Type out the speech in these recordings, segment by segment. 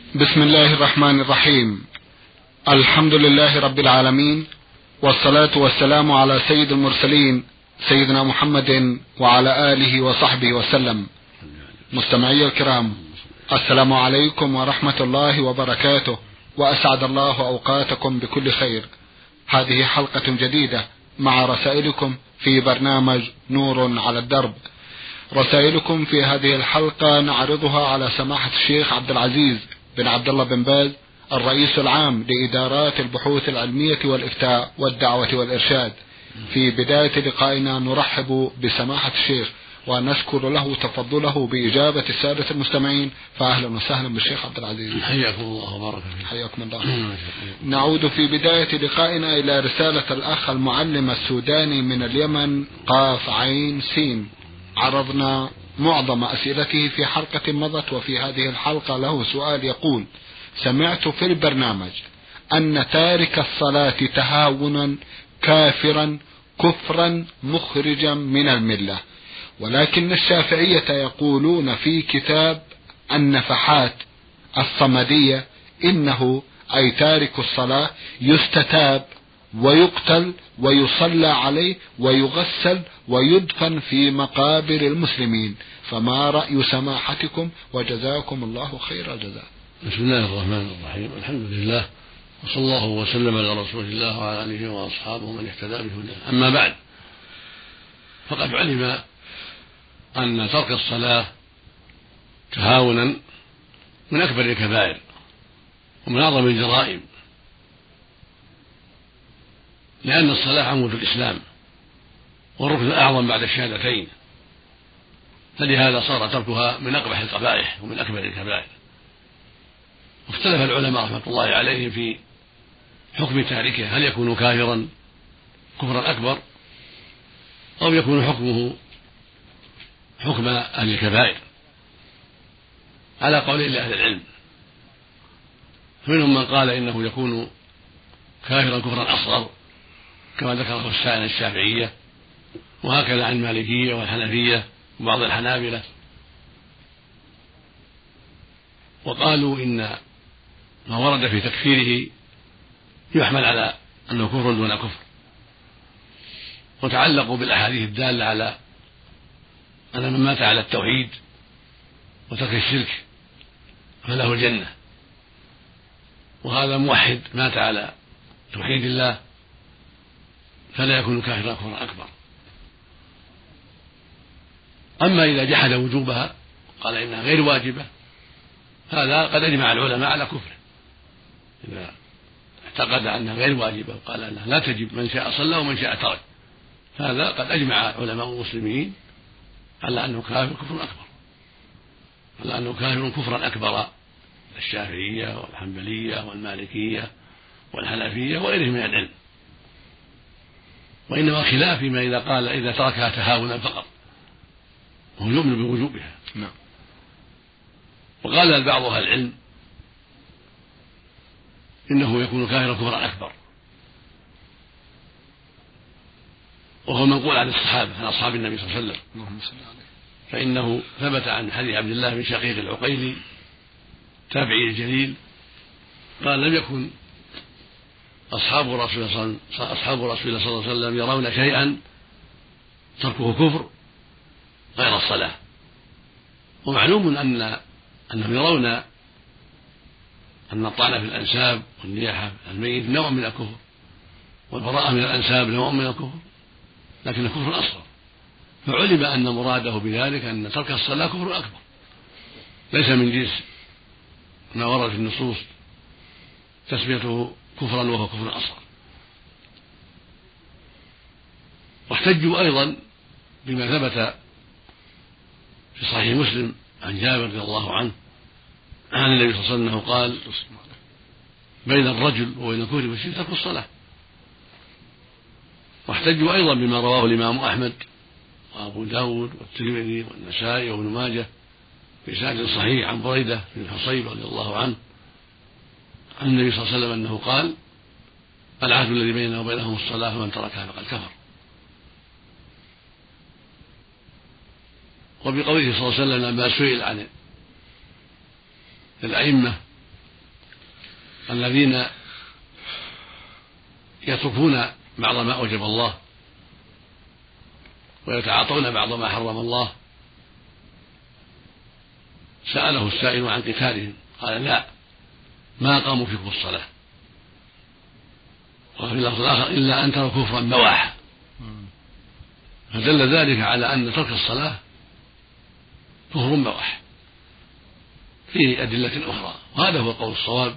بسم الله الرحمن الرحيم. الحمد لله رب العالمين، والصلاة والسلام على سيد المرسلين سيدنا محمد وعلى آله وصحبه وسلم. مستمعي الكرام، السلام عليكم ورحمة الله وبركاته، وأسعد الله أوقاتكم بكل خير. هذه حلقة جديدة مع رسائلكم في برنامج نور على الدرب. رسائلكم في هذه الحلقة نعرضها على سماحة الشيخ عبد العزيز بن عبد الله بن باز، الرئيس العام لإدارات البحوث العلمية والإفتاء والدعوة والإرشاد. في بداية لقائنا نرحب بسماحة الشيخ ونشكر له تفضله بإجابة السادة المستمعين، فأهلا وسهلا بالشيخ عبد العزيز. حياكم الله وبارك فيك. حياكم الله. نعود في بداية لقائنا إلى رسالة الأخ المعلم السوداني من اليمن قاف عين سين. عرضنا معظم أسئلته في حلقة مضت، وفي هذه الحلقة له سؤال يقول: سمعت في البرنامج أن تارك الصلاة تهاونا كافرا كفرا مخرجا من الملة، ولكن الشافعية يقولون في كتاب النفحات الصمدية إنه أي تارك الصلاة يستتاب ويقتل ويصلى عليه ويغسل ويدفن في مقابر المسلمين، فما رأي سماحتكم؟ وجزاكم الله خير الجزاء. بسم الله الرحمن الرحيم، الحمد لله، وصلى الله وسلم على رسول الله وعلى آله وأصحابه من اهتدى بهداه. أما بعد، فقد علم أن ترك الصلاة تهاونا من أكبر الكبائر ومن أعظم الجرائم، لأن الصلاة عمود الإسلام والركن الأعظم بعد الشهادتين، فلهذا صار تركها من أقبح القبائح ومن أكبر الكبائر. واختلف العلماء رحمة الله عليهم في حكم تاركها، هل يكون كافرا كفرا أكبر أو يكون حكمه حكم أهل الكبائر، على قولين لأهل العلم. فمنهم من قال إنه يكون كافرا كفرا أصغر كما ذكره الشافعية، وهكذا عن المالكية والحنفية وبعض الحنابلة. وقالوا إن ما ورد في تكفيره يحمل على أنه كفر دون كفر، وتعلقوا بالأحاديث الدالة على أن من مات على التوحيد وترك الشرك فله الجنة، وهذا موحد مات على توحيد الله فلا يكون كافرا كفرا أكبر. أما إذا جحد وجوبها قال إنها غير واجبة، هذا قد أجمع العلماء على كفره. إذا اعتقد أنها غير واجبة وقال أنها لا تجب، من شاء صلى ومن شاء ترك، هذا قد أجمع علماء المسلمين على أنه كافر كفر أكبر، على أنه كافر كفرا أكبر، الشافعية والحنبلية والمالكية والحنفية وغيرهم من العلم. وإنما خلاف فيما إذا قال إذا تركها تهاونا فقط وهو يؤمن بوجوبها. نعم. وقال بعض أهل العلم إنه يكون كافرا كفرا أكبر، وهو منقول عن الصحابة عن أصحاب النبي صلى الله عليه وسلم، فإنه ثبت عن حديث عبد الله بن شقيق العقيلي تابعي الجليل قال: لم يكن أصحاب رسول الله صلى الله عليه وسلم يرون شيئا تركه كفر غير الصلاة. ومعلوم أنهم يرون أن الطعن في الأنساب والنياحة الميت نوع من الكفر، والبراءة من الأنساب نوع من الكفر، لكن كفر أصغر. فعلم أن مراده بذلك أن ترك الصلاة كفر أكبر، ليس من جنس ما ورد في النصوص تسميته كفرا وهو كفر أصغر. واحتجوا أيضا بما ثبت في صحيح مسلم عن جابر رضي الله عنه عن النبي صلى الله عليه وسلم قال: بين الرجل وبين الكفر والشرك ترك الصلاة. واحتجوا أيضا بما رواه الإمام أحمد وأبو داود والترمذي والنسائي وابن ماجه بإسناد صحيح عن بريدة بن الحصيب رضي الله عنه عن النبي صلى الله عليه وسلم أنه قال: العهد الذي بيننا وبينهم الصلاة فمن تركها فقد كفر. وبقوله صلى الله عليه وسلم لما سئل عن الأئمة الذين يتركون بعض ما أوجب الله ويتعاطون بعض ما حرم الله، سأله السائل عن قتالهم قال لا، ما قاموا فيكم الصلاة، وفي اللفظ الآخر إلا أن تروا كفرا بواحا. فدل ذلك على أن ترك الصلاة كفر بواح فيه أدلة أخرى، وهذا هو القول الصواب،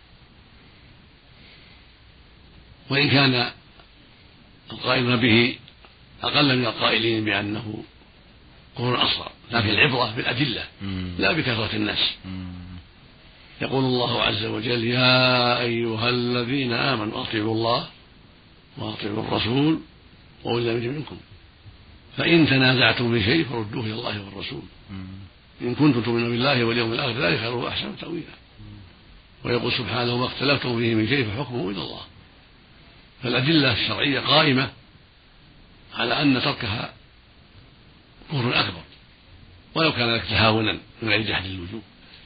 وإن كان القائلون به أقل من القائلين بأنه كفر أصغر، لكن العبرة بالأدلة لا بكثرة الناس. يقول الله عز وجل: يا أيها الذين آمنوا أطيعوا الله وأطيعوا الرسول وأولي الأمر منكم فإن تنازعتم في شيء فردوه إلى الله والرسول إن كنتم تؤمنون بالله واليوم الآخر ذلك خير وأحسن تأويلا. ويقول سبحانه: ما اختلفتم فيه من شيء فحكمه إلى الله. فالأدلة الشرعية قائمة على أن تركها كفر أكبر ولو كان ذلك تهاونا من غير جحد الوجوب.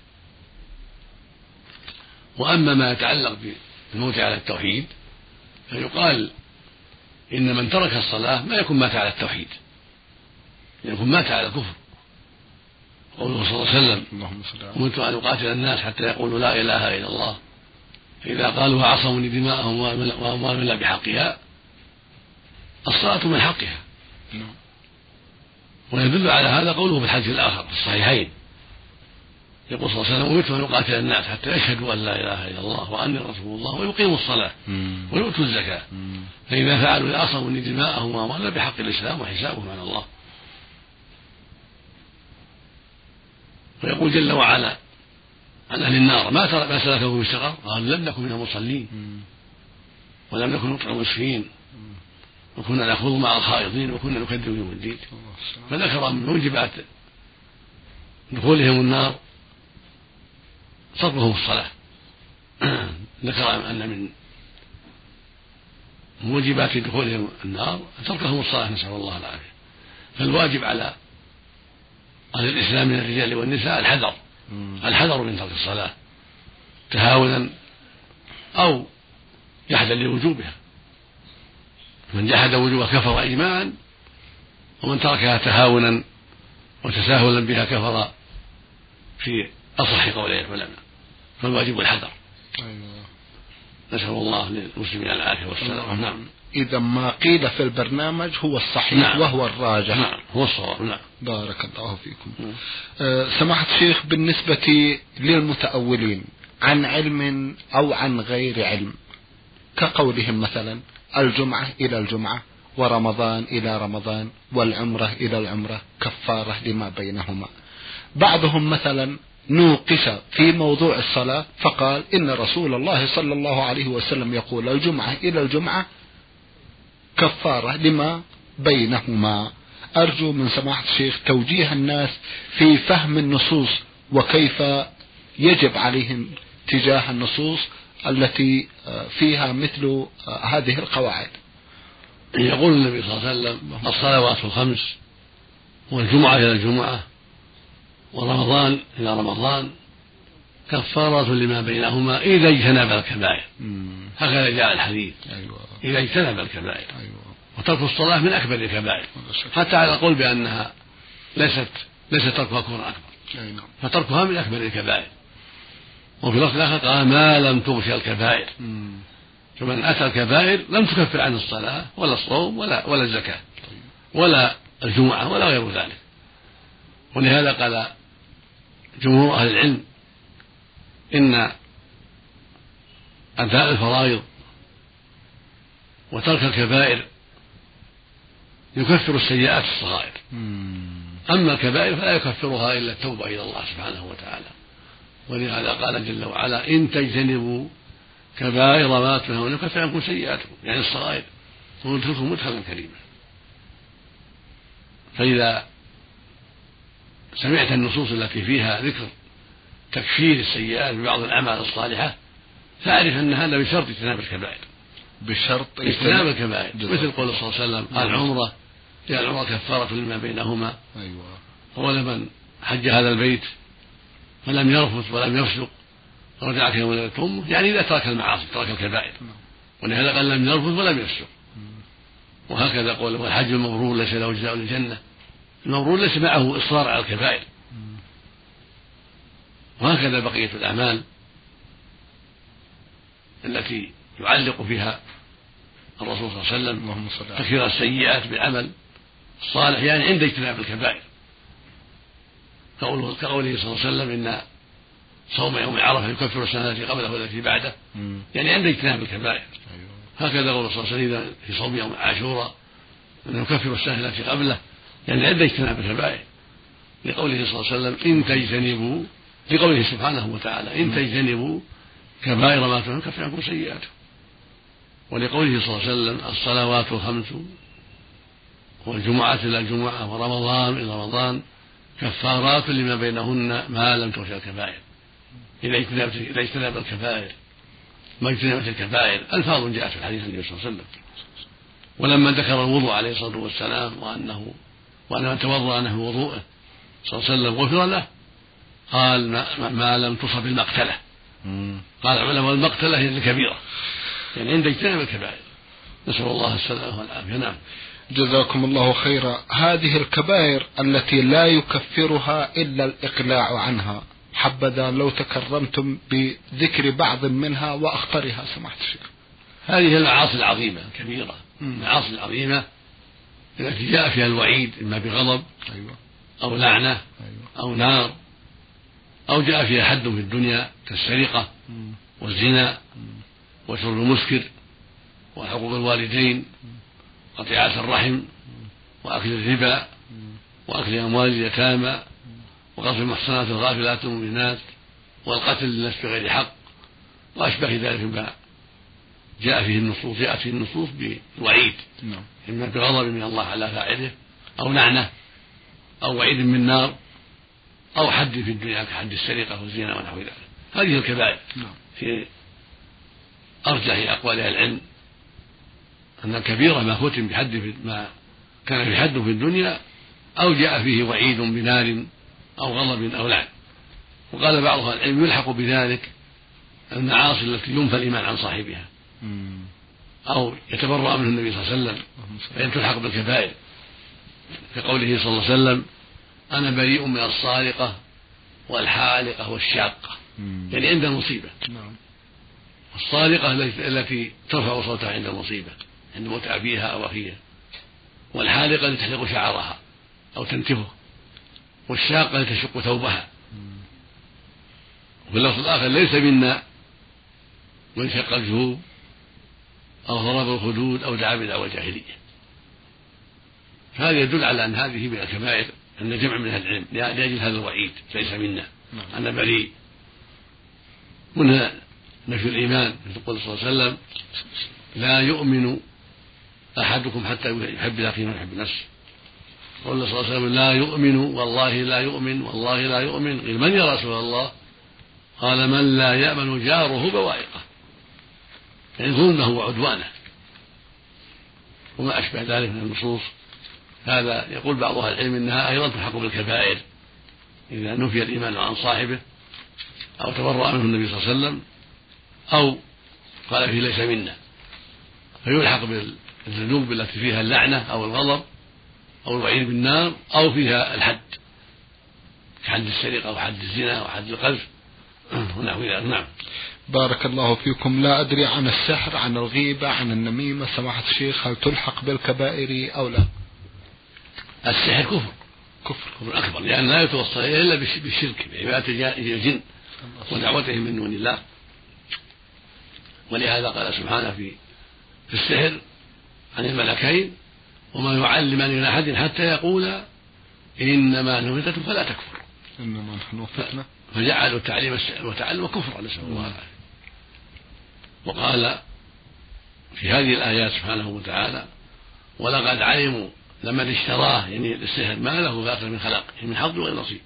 وأما ما يتعلق بالموت على التوحيد فيقال إن من ترك الصلاة ما يكون مات على التوحيد، يكون مات على الكفر. قوله صلى الله عليه وسلم: أمرت أن أقاتل الناس حتى يقولوا لا إله إلا الله فإذا قالوا عصموني دماءهم وأموالهم إلا بحقها. الصلاة من حقها. ويدل على هذا قوله في الحديث الآخر في الصحيحين، يقول صلى الله عليه وسلم: أمرت أن أقاتل الناس حتى يشهدوا أن لا إله إلا الله وأني رسول الله ويقيموا الصلاة ويؤتوا الزكاة فإذا فعلوا عصموني دماءهم وأموالهم بحق الإسلام وحسابهم على الله. ويقول جل وعلا عن أهل النار: ما سلككم في سقر؟ قال: لم نكن من المصلين ولم نكن نطعم المسكين وكنا نخوض مع الخائضين وكنا نكذب يوم الدين. فذكر من موجبات دخولهم النار تركهم الصلاة. ذكر أن من موجبات دخولهم النار تركهم الصلاة، نسأل الله العافية. فالواجب على أهل الإسلام من الرجال والنساء الحذر من ترك الصلاة تهاونا أو جحدا لوجوبها. من جحد وجوبها كفر إجماعا، ومن تركها تهاونا وتساهلا بها كفر في أصح قولي العلماء. فالواجب الحذر. نسأل الله للمسلمين العافية والسلام. نعم. إذا ما قيل في البرنامج هو الصحيح وهو الراجح. نعم، هو الصواب. نعم. بارك الله فيكم. سماحة الشيخ، بالنسبة للمتأولين عن علم أو عن غير علم، كقولهم مثلا الجمعة إلى الجمعة ورمضان إلى رمضان والعمرة إلى العمرة كفارة لما بينهما، بعضهم مثلا نوقش في موضوع الصلاة فقال إن رسول الله صلى الله عليه وسلم يقول الجمعة إلى الجمعة كفارة لما بينهما. أرجو من سماحة الشيخ توجيه الناس في فهم النصوص وكيف يجب عليهم تجاه النصوص التي فيها مثل هذه القواعد. يقول النبي صلى الله عليه وسلم: الصلوات الخمس والجمعة إلى الجمعة ورمضان إلى رمضان كفارة لما بينهما إذا اجتنب الكبائر. هكذا جاء الحديث. إذا اجتنب الكبائر. وترك الصلاة من أكبر الكبائر، حتى على القول بأنها ليست تركها كفر أكبر، فتركها من أكبر الكبائر. وفي الوقت الآخر قال: ما لم تغشى الكبائر. فمن أتى الكبائر لم تكفر عن الصلاة ولا الصوم ولا الزكاة ولا الجمعة ولا غير ذلك. ولهذا قال جمهور أهل العلم إن أداء الفرائض وترك الكبائر يكفر السيئات الصغائر، أما الكبائر فلا يكفرها إلا التوبة إلى الله سبحانه وتعالى. ولهذا قال جل وعلا: إن تجتنبوا كبائر ما تنهون يكفر عنكم سيئاتكم، يعني الصغائر، وندخلكم مدخلا كريما. فإذا سمعت النصوص التي فيها ذكر تكفير السيئات ببعض الأعمال الصالحة فاعرف أن هذا بشرط اجتناب الكبائر، بشرط اجتناب الكبائر، مثل قول صلى الله عليه وسلم: العمرة هي العمرة كفارة لما بينهما. ولمن حج هذا البيت فلم يرفث ولم يفسق رجع كما ولدته أمه، يعني إذا ترك المعاصي ترك الكبائر، ولهذا قال لم يرفث ولم يفسق. وهكذا قوله والحج المبرور ليس له جزاء الجنة، المبرور ليس معه إصرار على الكبائر. وهكذا بقية الأعمال التي يعلق فيها الرسول صلى الله عليه وسلم تكفير السيئات بالعمل الصالح، يعني عند اجتناب الكبائر، كقوله صلى الله عليه وسلم إن صوم يوم عرفة يكفر السنة التي قبله والتي بعده، يعني عند اجتناب الكبائر. هكذا قول صلى الله عليه وسلم في صوم يوم عاشوراء أنه يكفر السنة التي قبله، يعني عند اجتناب الكبائر، لقوله صلى الله عليه وسلم إن تجتنبوا، لقوله سبحانه وتعالى إن تجتنبوا كبائر ما تنهون يكفر عنكم سيئاتكم، ولقوله صلى الله عليه وسلم الصلوات الخمس والجمعة إلى الجمعة ورمضان إلى رمضان كفارات لما بينهن ما لم تغش الكبائر. إذا اجتنب الكبائر ما اجتنبت الكبائر ألفاظ جاءت في الحديث النبي صلى الله عليه وسلم. ولما ذكر الوضوء عليه الصلاة والسلام وأن من توضأ له وضوءه صلى الله عليه وسلم غفر له، قال ما لم تصب المقتلة. قال العلماء المقتلة هي الكبيرة، يعني عند اجتناب الكبائر، نسأل الله السلامة والعافية. نعم. جزاكم الله خيرا. هذه الكبائر التي لا يكفرها إلا الإقلاع عنها، حبذا لو تكرمتم بذكر بعض منها وأخطرها سماحة الشيخ. هذه المعاصي العظيمة الكبيرة، المعاصي العظيمة التي جاء فيها الوعيد إما بغضب أو لعنة أو نار، أو جاء فيها حد في الدنيا كالسرقة والزنا وشرب المسكر وحقوق الوالدين قطيعة الرحم وأكل الربا وأكل أموال اليتامى وقتل المحصنات الغافلات المؤمنات والقتل للنفس بغير حق وأشبه ذلك مما جاءت فيه النصوص بوعيد، إما بغضب من الله على فاعله أو لعنة أو وعيد من نار أو حد في الدنيا كحد السرقة والزنا ونحو ذلك. هذه الكبائر في أرجح أقوال العلم أن الكبيرة ما ختم بحد ما كان في حد في الدنيا أو جاء فيه وعيد بنار أو غضب أو لعن. وقال بعض أهل العلم يلحق بذلك المعاصي التي ينفى الإيمان عن صاحبها أو يتبرأ منه النبي صلى الله عليه وسلم فإن تلحق بالكبائر، كقوله صلى الله عليه وسلم أنا بريء من الصارقة والحالقة والشاقة، يعني عند المصيبة. الصارقة التي ترفع صوتها عند المصيبة عند موت أبيها أو أخيها، والحالقة التي تحلق شعرها أو تنتفه، والشاقة التي تشق ثوبها. وفي اللفظ الآخر ليس منا من شق الجيوب أو ضرب الخدود أو دعا بدعوى الجاهلية. هذا يدل على أن هذه من الكبائر، أن جمع من أهل العلم لأجل هذا الوعيد ليس منا، أنا بريء. منها نفي الإيمان، يقول صلى الله عليه وسلم لا يؤمن أحدكم حتى يحب لأخيه ما يحب نفسه. قال صلى الله عليه وسلم لا يؤمن والله لا يؤمن والله لا يؤمن. قيل من يا رسول الله؟ قال من لا يأمن جاره بوائقه، يعني ظلمه وعدوانه وما أشبه ذلك من النصوص. هذا يقول بعض أهل العلم إنها أيضا تلحق بالكبائر إذا نفي الإيمان عن صاحبه أو تبرأ منه النبي صلى الله عليه وسلم أو قال فيه ليس منا، فيلحق بالذنوب التي فيها اللعنة أو الغضب أو الوعيد بالنار أو فيها الحد كحد السرقة أو حد الزنا أو حد القذف ونحو ذلك. نعم. بارك الله فيكم. لا أدري عن السحر، عن الغيبة، عن النميمة سماحة الشيخ، هل تلحق بالكبائر أو لا؟ السحر كفر أكبر، لأن لا يتوصل إلا بالشرك بعبادة الجن ودعوتهم من دون الله. ولهذا قال سبحانه في السحر عن الملكين وما يعلمان من أحد حتى يقولا إنما نحن فتنة فلا تكفر، إنما نحن فتنة، فجعلوا تعليم السحر وتعلم كفرا، نسأل الله العافية. وقال في هذه الآيات سبحانه وتعالى ولقد علموا لمن اشتراه، يعني السحر ما له في الآخرة من خلاق من حظ ولا نصيب.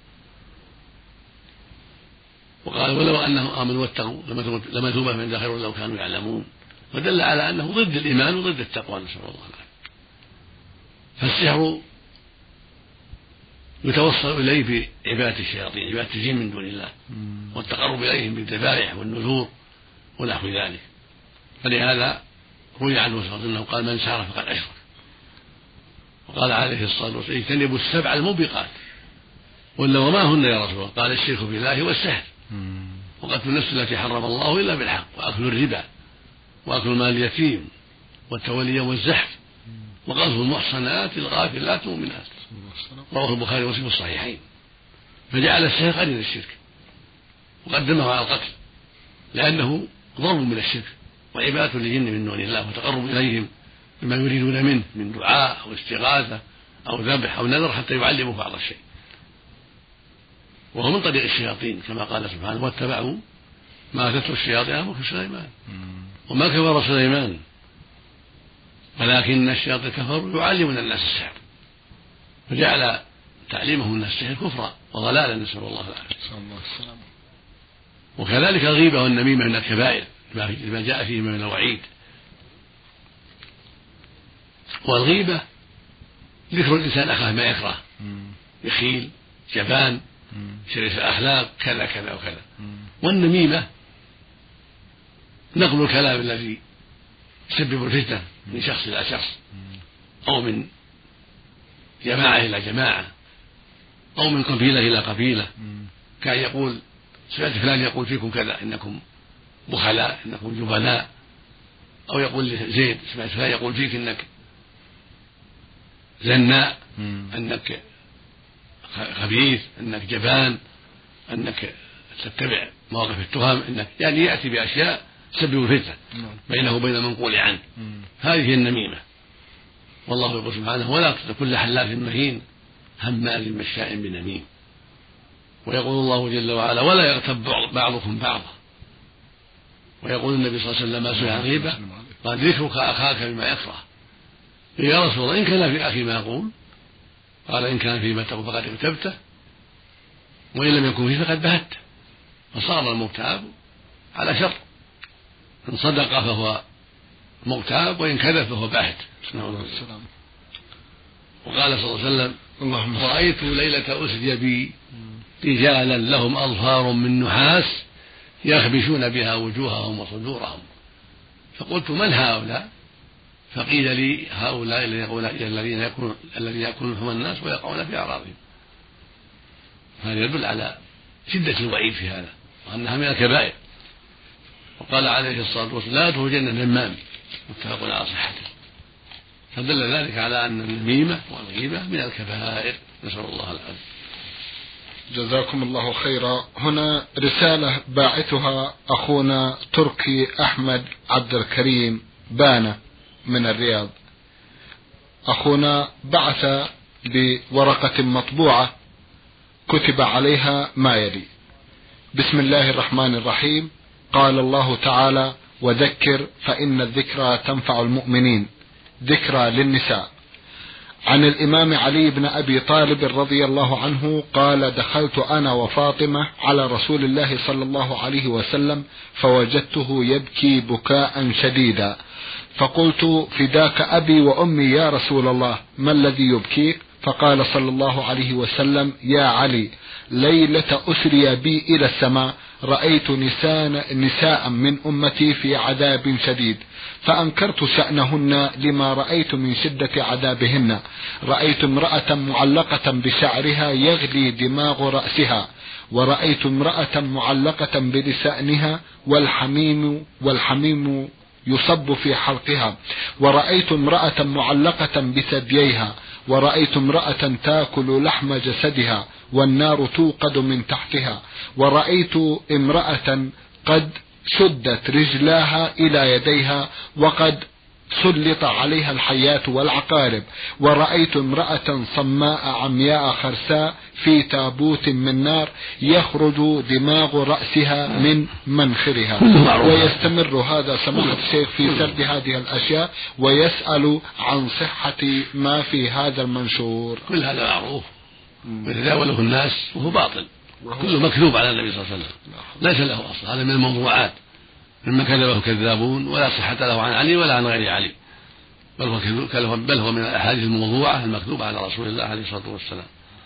وقال ولو أنهم آمنوا واتقوا لما ثوبا من خير لو كانوا يعلمون، ودل على أنه ضد الإيمان وضد التقوى، نسأل الله العافية. فالسحر يتوصل إليه في عبادة الشياطين، عبادة الجن من دون الله، والتقرب إليهم بالذبائح والنذور ونحو ذلك. فلهذا روي عنه صلى الله عليه وسلم قال: من سار فقد أشرك. وقال عليه الصلاة والسلام: اجتنبوا السبع الموبقات. قلنا: وما هن يا رسول الله؟ قال: الشرك بالله والسحر، وقتل النفس التي حرم الله إلا بالحق، وأكل الربا، وأكل مال اليتيم، والتولي يوم الزحف، وقذف المحصنات الغافلات المؤمنات. رواه البخاري ومسلم في الصحيحين. فجعل السحر قرين الشرك وقدمه على القتل، لأنه ضرب من الشرك وعبادة للجن من دون الله، وتقرب إليهم بما يريدون منه من دعاء أو استغاثة أو ذبح أو نذر حتى يعلموا بعض الشيء. وهو من طريق الشياطين كما قال سبحانه: واتبعوا ما تتلو الشياطين على ملك سليمان وما كفر سليمان ولكن الشياطين كفروا يعلمون الناس السحر، فجعل تعليمهم الناس السحر كفرا وضلالا، نسأل الله العافية. وكذلك الغيبة والنميمة من الكبائر لما جاء فيه من الوعيد. والغيبة ذكر الإنسان أخاه ما يكره، بخيل، جبان، شريف الأخلاق، كذا كذا وكذا. والنميمة نقل الكلام الذي يسبب الفتنة من شخص إلى شخص، أو من جماعة إلى جماعة، أو من قبيلة إلى قبيلة، كان يقول: سمعت فلان يقول فيكم كذا، إنكم بخلاء، إنكم جبناء. أو يقول لزيد: سمعت فلان يقول فيك إنك زناء، أنك خبيث، أنك جبان، أنك تتبع مواقف التهم، أنك يعني يأتي بأشياء تسبب الفتنة بينه وبين المنقول عنه. هذه النميمة. والله يقول سبحانه: ولا تطع كل حلاف مهين هماز مشاء بنميم. ويقول الله جل وعلا: ولا يغتب بعضكم بعضا. ويقول النبي صلى الله عليه وسلم: ما سئل عن غيبة قال: ذكرك أخاك بما يكره. يا رسول الله، إن كان في أخي ما أقول؟ قال: إن كان فيما تقول فقد اغتبته، وإن لم يكن فيه فقد بهته. فصار المغتاب على شر، إن صدق فهو مغتاب، وإن كذب فهو باهت. وقال صلى الله عليه وسلم: رأيت ليلة أسري بي رجالا لهم أظفار من نحاس يخبشون بها وجوههم وصدورهم، فقلت: من هؤلاء؟ فقيل لي: هؤلاء الذين يأكلون لحوم الناس ويقعون في أعراضهم. هذا يدل على شدة الوعيد في هذا، وأنها من الكبائر. وقال عليه الصلاة والسلام: لا تهجن النمام، متفق على صحته. فدل ذلك على أن النميمة والغيبة من الكبائر، نسأل الله العافية. جزاكم الله خيرا. هنا رسالة باعثها أخونا تركي أحمد عبد الكريم بانة من الرياض. أخونا بعث بورقة مطبوعة كتب عليها ما يلي: بسم الله الرحمن الرحيم. قال الله تعالى: وذكر فإن الذكرى تنفع المؤمنين. ذكرى للنساء. عن الإمام علي بن أبي طالب رضي الله عنه قال: دخلت أنا وفاطمة على رسول الله صلى الله عليه وسلم فوجدته يبكي بكاء شديدا، فقلت: فداك أبي وأمي يا رسول الله، ما الذي يبكيك؟ فقال صلى الله عليه وسلم: يا علي، ليلة أسري بي إلى السماء رأيت نساء من أمتي في عذاب شديد، فأنكرت شأنهن لما رأيت من شدة عذابهن. رأيت امرأة معلقة بشعرها يغلي دماغ رأسها، ورأيت امرأة معلقة بلسانها والحميم يصب في حلقها، ورأيت امرأة معلقة بثدييها، ورأيت امرأة تأكل لحم جسدها والنار توقد من تحتها، ورأيت امرأة قد شدت رجلاها إلى يديها وقد سلط عليها الحيات والعقارب، ورأيت امرأة صماء عمياء خرساء في تابوت من نار يخرج دماغ رأسها من منخرها. ويستمر هذا سماحة الشيخ في سرد هذه الأشياء ويسأل عن صحة ما في هذا المنشور. كل هذا معروف ويتداوله الناس وهو باطل، كله مكذوب على النبي صلى الله عليه وسلم، ليس له أصل. هذا من الموضوعات مما كذبه الكذابون، ولا صحة له عن علي ولا عن غير علي، بل هو من الأحاديث الموضوعة المكذوبة على رسول الله عليه الصلاة والسلام.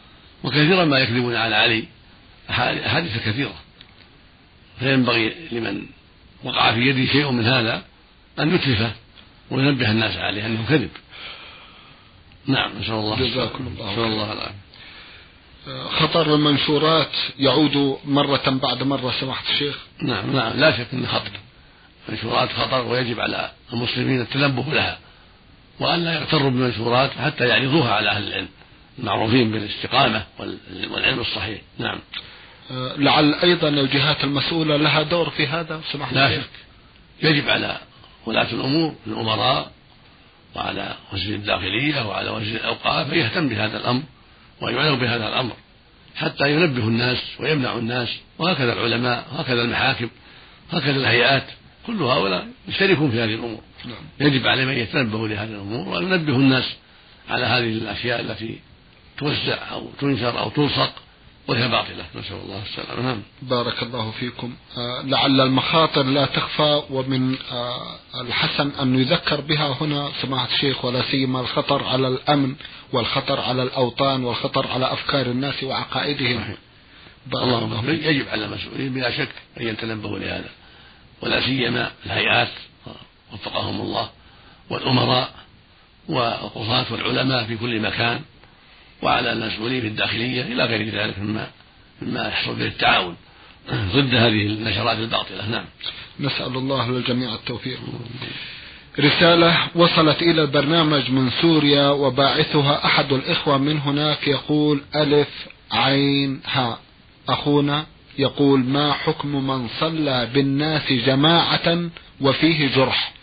وكثيرا ما يكذبون على علي أحاديث كثيرة، فينبغي لمن وقع في يده شيء من هذا أن يتلفه وينبه الناس عليه أنه كذب. نعم، نسأل الله جزاكم الله العافية. خطر المنشورات يعود مرة بعد مرة سماحة الشيخ. نعم لا شك أن خطر المنشورات خطر، ويجب على المسلمين التنبه لها وأن لا يغتروا بالمنشورات حتى يعرضوها على أهل العلم المعروفين بالاستقامة والعلم الصحيح. نعم. لعل أيضا الجهات المسؤولة لها دور في هذا سماحة الشيخ. لا شك يجب على ولاة الأمور الأمراء وعلى وزير الداخلية وعلى وزير الأوقاف أن يهتم بهذا الأمر ويعنوا بهذا الأمر حتى ينبهوا الناس ويمنعوا الناس، وهكذا العلماء وهكذا المحاكم وهكذا الهيئات، كل هؤلاء يشتركون في هذه الأمور. يجب عليهم أن يتنبهوا لهذه الأمور وينبهوا الناس على هذه الأشياء التي توزع أو تنشر أو تلصق وهي باطلة، نسأل الله السلامة. نعم. بارك الله فيكم. لعل المخاطر لا تخفى، ومن الحسن أن يذكر بها هنا سماحة الشيخ، ولا سيما الخطر على الأمن والخطر على الأوطان والخطر على أفكار الناس وعقائدهم. الله يجب على المسؤولين بلا شك أن يتنبهوا لهذا، ولا سيما الهيئات وفقهم الله والأمراء والقضاة والعلماء في كل مكان، وعلى المسؤولين في الداخلية إلى غير ذلك مما يحصل به التعاون ضد هذه النشرات الباطلة. نعم. نسأل الله للجميع التوفيق. رسالة وصلت إلى البرنامج من سوريا وباعثها أحد الإخوة من هناك، يقول: ألف عين ها. أخونا يقول: ما حكم من صلى بالناس جماعة وفيه جرح؟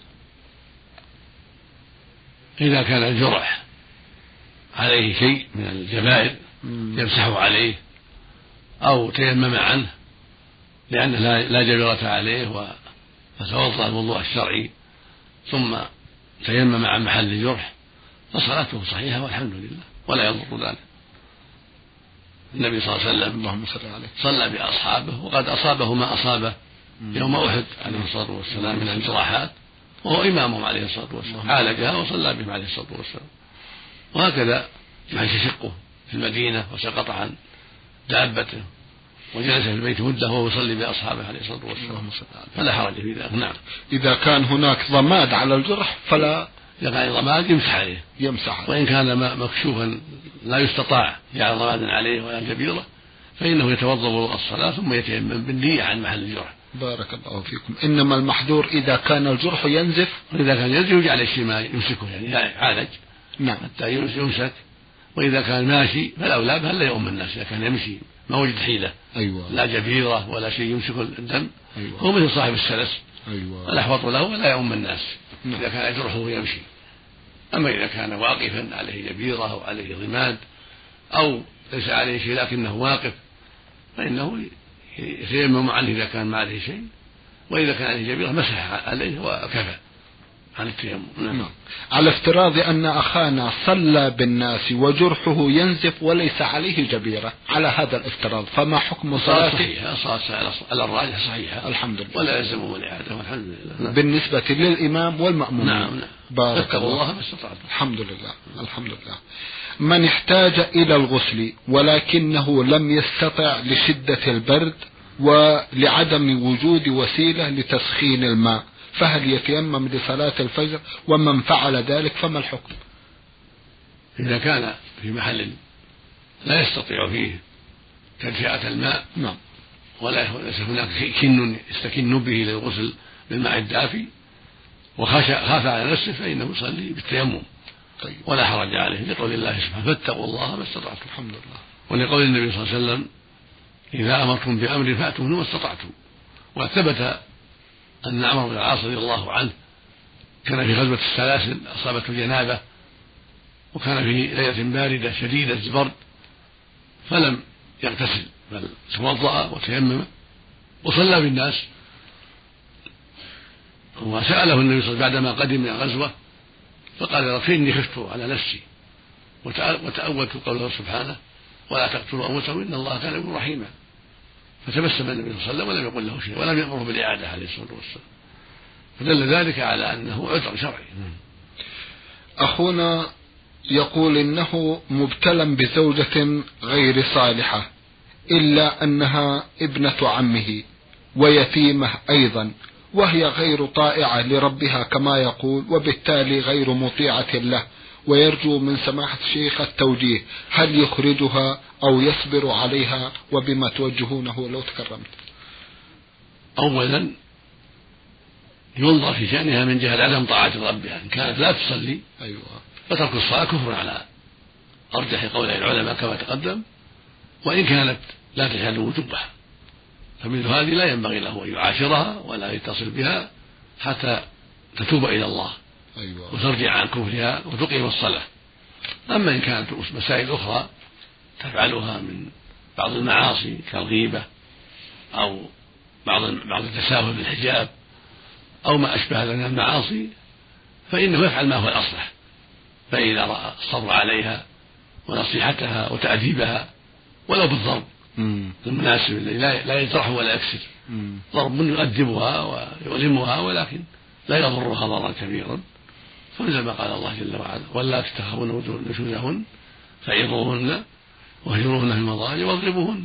إذا كان الجرح عليه شيء من الجبائر يمسح عليه أو تيمم عنه لأنه لا جبيرة عليه فتوضأ الوضوء الشرعي ثم تيمم عن محل الجرح فصلاته صحيحة والحمد لله ولا يضر ذلك. النبي صلى الله عليه وسلم اللهم صل عليه صلى بأصحابه وقد أصابه ما أصابه يوم أحد عليه الصلاة والسلام من الجراحات، وهو إمامهم عليه الصلاة والسلام، عالجها وصلى بهم عليه الصلاة والسلام. وهكذا من يشقه في المدينة وسقط عن دابته وجلس في البيت مدة وهو يصلي بأصحابه عليه الصلاة والسلام فلا حرج في ذلك. نعم. إذا كان هناك ضماد على الجرح فلا، إذا كان ضماد يمسح عليه، وإن كان مكشوفا لا يستطاع جعل ضماد عليه ولا جبيرة فإنه يتوضأ وضوء الصلاة ثم يتيمم بالنية عن محل الجرح. بارك الله فيكم. إنما المحذور إذا كان الجرح ينزف، وإذا كان ينزف يجعل الشمال يمسكه يعني يعالج نعم حتى يمسك. وإذا كان ماشي فالأولى هل لا يؤم الناس إذا كان يمشي ما وجد حيلة، لا جبيرة ولا شيء يمسك الدم، هو مثل صاحب السلس، الأحوط له ولا يؤم الناس إذا كان جرحه يمشي. أما إذا كان واقفا عليه جبيرة أو عليه ضماد أو ليس عليه شيء لكنه واقف فإنه يتيمم عنه إذا كان ما عليه شيء، وإذا كان عليه جبيرة مسح عليه وكفى عن التيمم. نعم. على افتراض أن أخانا صلى بالناس وجرحه ينزف وليس عليه جبيرة، على هذا الافتراض فما حكم صلاته؟ صحيحة، صلاة على الراجح صحيحة الحمد لله ولا يلزمه الإعادة والحمد لله. نعم. بالنسبة للإمام والمأمومين. نعم. بارك الله ما استطعت. الحمد لله الحمد لله. من احتاج إلى الغسل ولكنه لم يستطع لشدة البرد ولعدم وجود وسيلة لتسخين الماء، فهل يتيمم لصلاة الفجر؟ ومن فعل ذلك فما الحكم؟ إذا كان في محل لا يستطيع فيه تدفئة الماء، نعم، ولا ليس هناك كن يستكن به للغسل بالماء الدافي وخاف على نفسه فإنه يصلي بالتيمم. طيب. ولا حرج عليه لقول الله سبحانه: فاتقوا الله ما استطعتم. الحمد لله. ولقول النبي صلى الله عليه وسلم: إذا أمرتم بأمر فأتوا منه ما استطعتم. وثبت أن عمرو بن العاص رضي الله عنه كان في غزوة السلاسل أصابته جنابة وكان في ليلة باردة شديدة البرد فلم يغتسل بل توضأ وتيمم وصلى بالناس. وسأله النبي صلى الله عليه وسلم بعدما قدم من الغزوة فقال: رب إني خفت على نفسي وتأولت قوله سبحانه: ولا تقتلوا أنفسكم إن الله كان بكم رحيما. فتبسم النبي صلى الله عليه وسلم ولم يقل له شيء ولم يأمره بالإعادة عليه الصلاة والسلام، فدل ذلك على أنه عذر شرعي. أخونا يقول إنه مبتلى بزوجة غير صالحة إلا أنها ابنة عمه ويتيمة أيضا، وهي غير طائعة لربها كما يقول، وبالتالي غير مطيعة له، ويرجو من سماحة الشيخ التوجيه، هل يخرجها أو يصبر عليها؟ وبما توجهونه لو تكرمت. أولا ينظر في شأنها من جهة عدم طاعة ربها، إن كانت لا تصلي فترك الصلاة كفر على أرجح قول العلماء كما تقدم، وإن كانت لا تشهد وجوبها فمثل هذه لا ينبغي له أن يعاشرها ولا يتصل بها حتى تتوب إلى الله وترجع عن كفرها وتقيم الصلاة. أما إن كانت مسائل أخرى تفعلها من بعض المعاصي كالغيبة أو بعض التساهل بالحجاب أو ما أشبه من المعاصي فإنه يفعل ما هو الأصلح، فإذا رأى الصبر عليها ونصيحتها وتأديبها ولو بالضرب المناسب الذي لا يجرح ولا يكسر، ضرب يؤدبها ويؤلمها ولكن لا يضرها ضررا كبيرا، فمثل ما قال الله جل وعلا: ولا تخافون نشوزهن فعظوهن واهجروهن في المضاجع واضربوهن.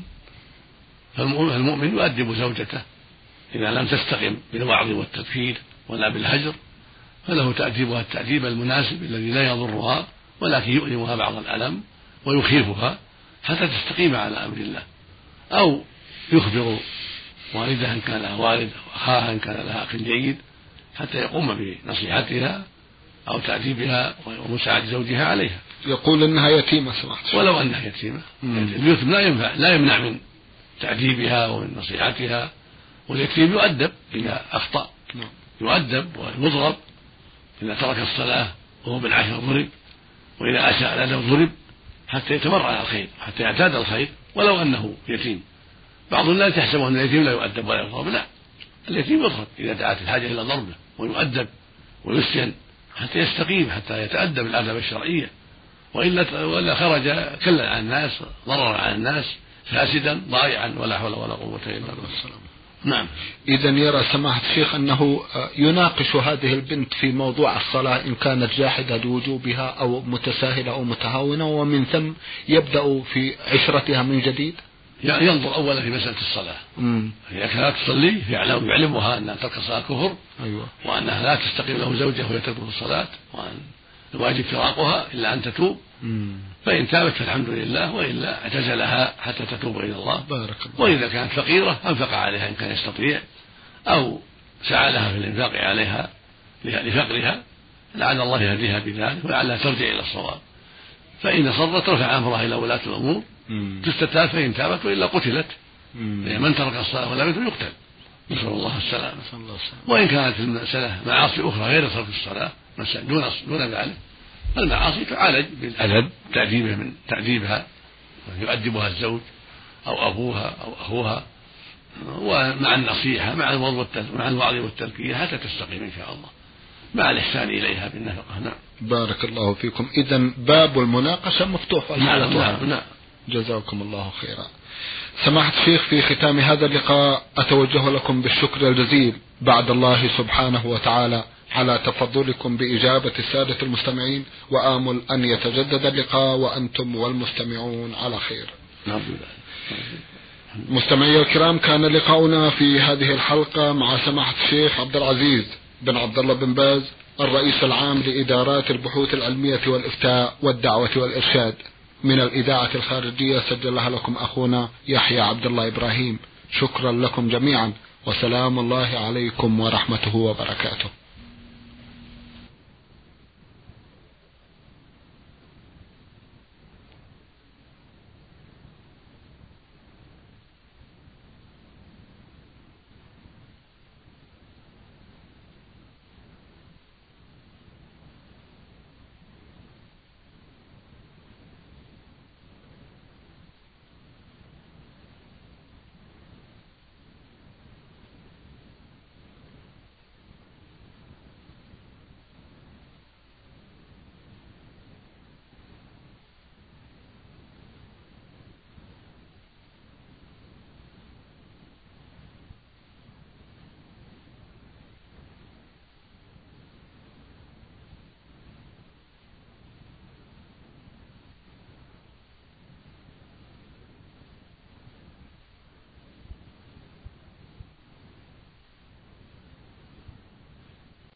فالمؤمن يؤدب زوجته إذا لم تستقم بالوعظ والتذكير ولا بالهجر، فله تأديبها التأديب المناسب الذي لا يضرها ولكن يؤلمها بعض الألم ويخيفها حتى تستقيم على أمر الله، أو يخبر والدها إن كان لها والد أو أخاها إن كان لها أخ جيد حتى يقوم بنصيحتها أو تأديبها ومساعدة زوجها عليها. يقول إنها يتيمة سمحت، ولو أنها يتيمة اليتيم لا يمنع من تأديبها ومن نصيحتها، واليتيم يؤدب إذا أخطأ، يؤدب ويضرب إذا ترك الصلاة وهو بن 10 ضرب، وإذا أساء الأدب ضرب حتى يتمرن على الخير حتى يعتاد الخير ولو أنه يتيم. بعض الناس يحسب أن اليتيم لا يؤدب ولا يضرب، لا، اليتيم يضرب إذا دعت الحاجة إلى ضربه ويؤدب ويسجن حتى يستقيم حتى يتأدب الآداب الشرعية، وإلا خرج كلا عن الناس ضررا على الناس فاسدا ضائعا ولا حول ولا قوة إلا بالله. نعم. إذا يرى سماحة الشيخ أنه يناقش هذه البنت في موضوع الصلاة إن كانت جاحدة لوجوبها أو متساهلة أو متهاونة، ومن ثم يبدأ في عشرتها من جديد. يعني ينظر أولا في مسألة الصلاة، إذا كانت تصلي يعلمها أن ترك الصلاة كفر، وأنها لا تستقيم له زوجها وهي تترك الصلاة، وأن الواجب فراقها إلا أن تتوب، فإن تابت فالحمد لله، وإلا اعتزلها حتى تتوب إلى الله. بارك الله. وإذا كانت فقيرة أنفق عليها إن كان يستطيع، أو سعى لها في الإنفاق عليها لفقرها، لعل الله يهديها بذلك ولعلها ترجع إلى الصواب. فإن صرت رفع أمرها إلى ولاة الأمور تستتاب، فإن تابت وإلا قتلت، من ترك الصلاة ولا يقتل، نسأل الله السلامة. وإن كانت المسألة معاصي أخرى غير ترك الصلاة دون ذلك، فالمعاصي تعالج بالأدب، تأديبها من تأديبها يؤدبها الزوج أو أبوها أو أخوها، ومع النصيحة مع الوعظ والتذكير حتى تستقيم إن شاء الله، مع الإحسان إليها بالنفقة. نعم. بارك الله فيكم. إذن باب المناقشة مفتوح. نعم. جزاكم الله خيرا. سماحة الشيخ، في ختام هذا اللقاء أتوجه لكم بالشكر الجزيل بعد الله سبحانه وتعالى على تفضلكم بإجابة السادة المستمعين، وآمل أن يتجدد اللقاء وأنتم والمستمعون على خير. مستمعي الكرام، كان لقاؤنا في هذه الحلقة مع سماحة الشيخ عبد العزيز بن عبد الله بن باز، الرئيس العام لإدارات البحوث العلمية والإفتاء والدعوة والإرشاد، من الإذاعة الخارجية سجلها لكم أخونا يحيى عبد الله إبراهيم. شكرا لكم جميعا، وسلام الله عليكم ورحمته وبركاته.